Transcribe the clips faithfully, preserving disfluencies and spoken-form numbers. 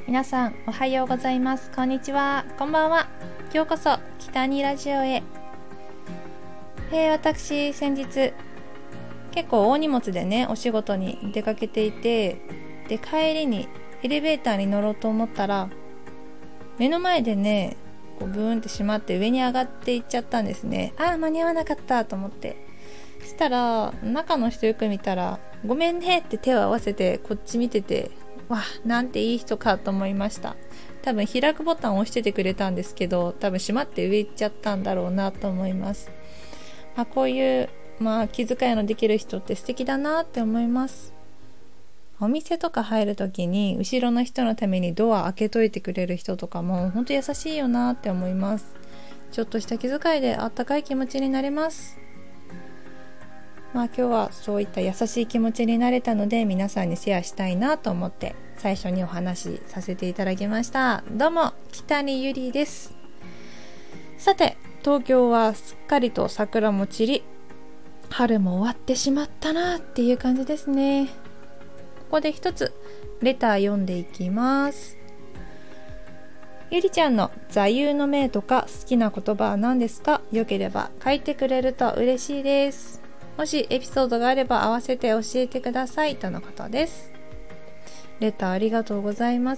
皆さんおはようございます。こんにちは、こんばんは。ようこそ北にラジオへ。えー、私先日結構大荷物でねお仕事に出かけていて、で帰りにエレベーターに乗ろうと思ったら目の前でねこうブーンって閉まって上に上がっていっちゃったんですね。あー間に合わなかったと思って、そしたら中の人よく見たらごめんねって手を合わせてこっち見てて、わなんていい人かと思いました。多分開くボタンを押しててくれたんですけど、多分閉まって上行っちゃったんだろうなと思います。まあ、こういう、まあ、気遣いのできる人って素敵だなって思います。お店とか入るときに後ろの人のためにドア開けといてくれる人とかも本当優しいよなって思います。ちょっとした気遣いであったかい気持ちになれます。まあ今日はそういった優しい気持ちになれたので皆さんにシェアしたいなと思って最初にお話しさせていただきました。どうも北にゆりです。さて東京はすっかりと桜も散り春も終わってしまったなっていう感じですね。ここで一つレター読んでいきます。ゆりちゃんの座右の銘とか好きな言葉は何ですか？よければ書いてくれると嬉しいです。もしエピソードがあれば合わせて教えてくださいとのことです。レターありがとうございます。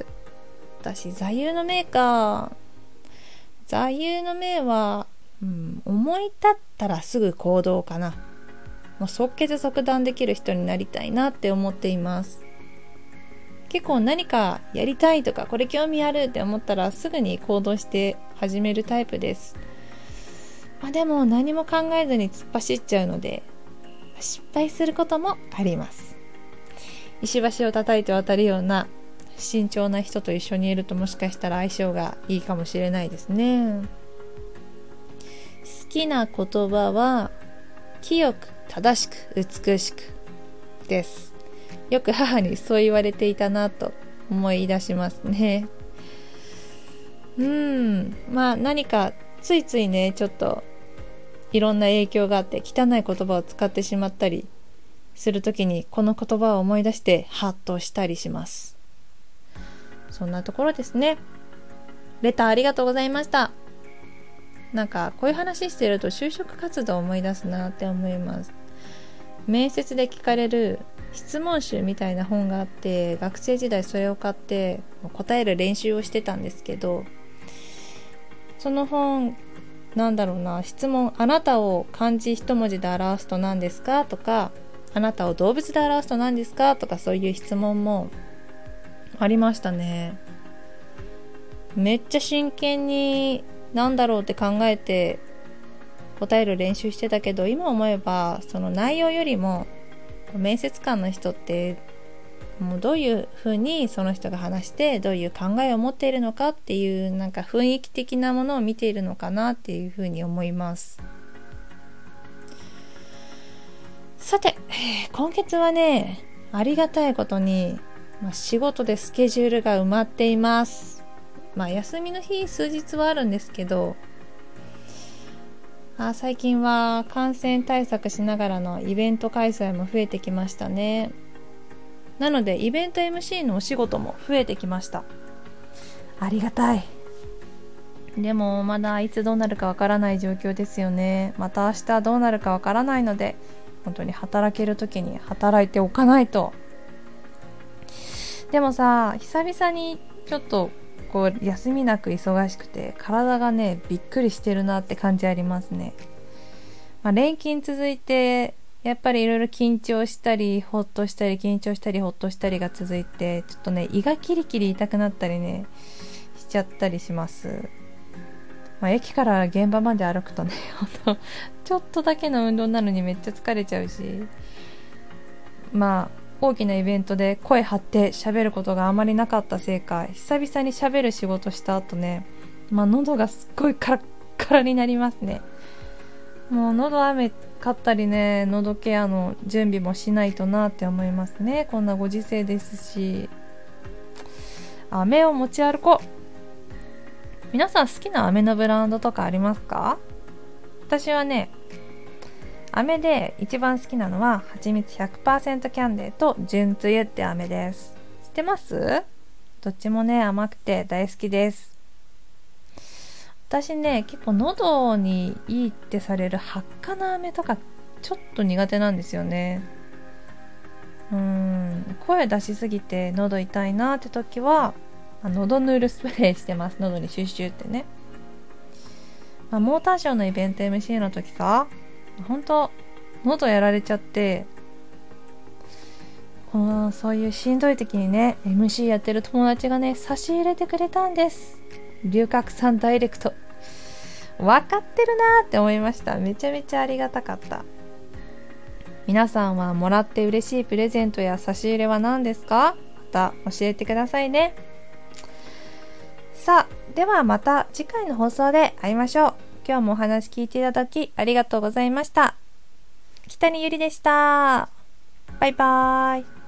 私座右の銘か。座右の銘は、うん、思い立ったらすぐ行動かな。もう即決即断できる人になりたいなって思っています。結構何かやりたいとかこれ興味あるって思ったらすぐに行動して始めるタイプです。まあ、でも何も考えずに突っ走っちゃうので失敗することもあります。石橋を叩いて渡るような慎重な人と一緒にいるともしかしたら相性がいいかもしれないですね。好きな言葉は清く正しく美しくです。よく母にそう言われていたなと思い出しますね。うーんまあ何かついついねちょっといろんな影響があって汚い言葉を使ってしまったりするときにこの言葉を思い出してハッとしたりします。そんなところですね。レターありがとうございました。なんかこういう話してると就職活動を思い出すなって思います。面接で聞かれる質問集みたいな本があって、学生時代それを買って答える練習をしてたんですけど、その本なんだろうな、質問、あなたを漢字一文字で表すと何ですかとか、あなたを動物で表すと何ですかとか、そういう質問もありましたね。めっちゃ真剣に何だろうって考えて答える練習してたけど、今思えばその内容よりも面接官の人ってもうどういうふうにその人が話してどういう考えを持っているのかっていうなんか雰囲気的なものを見ているのかなっていうふうに思います。さて今月はねありがたいことに、まあ、仕事でスケジュールが埋まっています。まあ休みの日数日はあるんですけど、あ最近は感染対策しながらのイベント開催も増えてきましたね。なのでイベント エムシー のお仕事も増えてきました。ありがたい。でもまだいつどうなるかわからない状況ですよね。また明日どうなるかわからないので本当に働ける時に働いておかないと。でもさ久々にちょっとこう休みなく忙しくて体がねびっくりしてるなって感じありますね。まあ、連勤続いてやっぱりいろいろ緊張したりほっとしたり緊張したりほっとしたりが続いてちょっとね胃がキリキリ痛くなったりねしちゃったりします。まあ、駅から現場まで歩くとねほんとちょっとだけの運動なのにめっちゃ疲れちゃうし、まあ大きなイベントで声張って喋ることがあまりなかったせいか久々に喋る仕事した後ね、まあ、喉がすっごいカラッカラになりますね。もう喉飴買ったりね喉ケアの準備もしないとなって思いますね。こんなご時世ですし飴を持ち歩こう。皆さん好きな飴のブランドとかありますか？私はね飴で一番好きなのははちみつ ひゃくパーセント キャンデーと純つゆって飴です。知ってます？ どっちもね甘くて大好きです。私ね結構喉にいいってされるハッカの飴とかちょっと苦手なんですよね。うーん声出しすぎて喉痛いなって時は喉ヌールスプレーしてます。喉にシュッシュってね。まあ、モーターショーのイベント エムシー の時さほんと喉やられちゃって、このそういうしんどい時にね エムシー やってる友達がね差し入れてくれたんです。龍角散ダイレクト。分かってるなって思いました。めちゃめちゃありがたかった。皆さんはもらって嬉しいプレゼントや差し入れは何ですか？また教えてくださいね。さあではまた次回の放送で会いましょう。今日もお話聞いていただきありがとうございました。北にゆりでした。バイバーイ。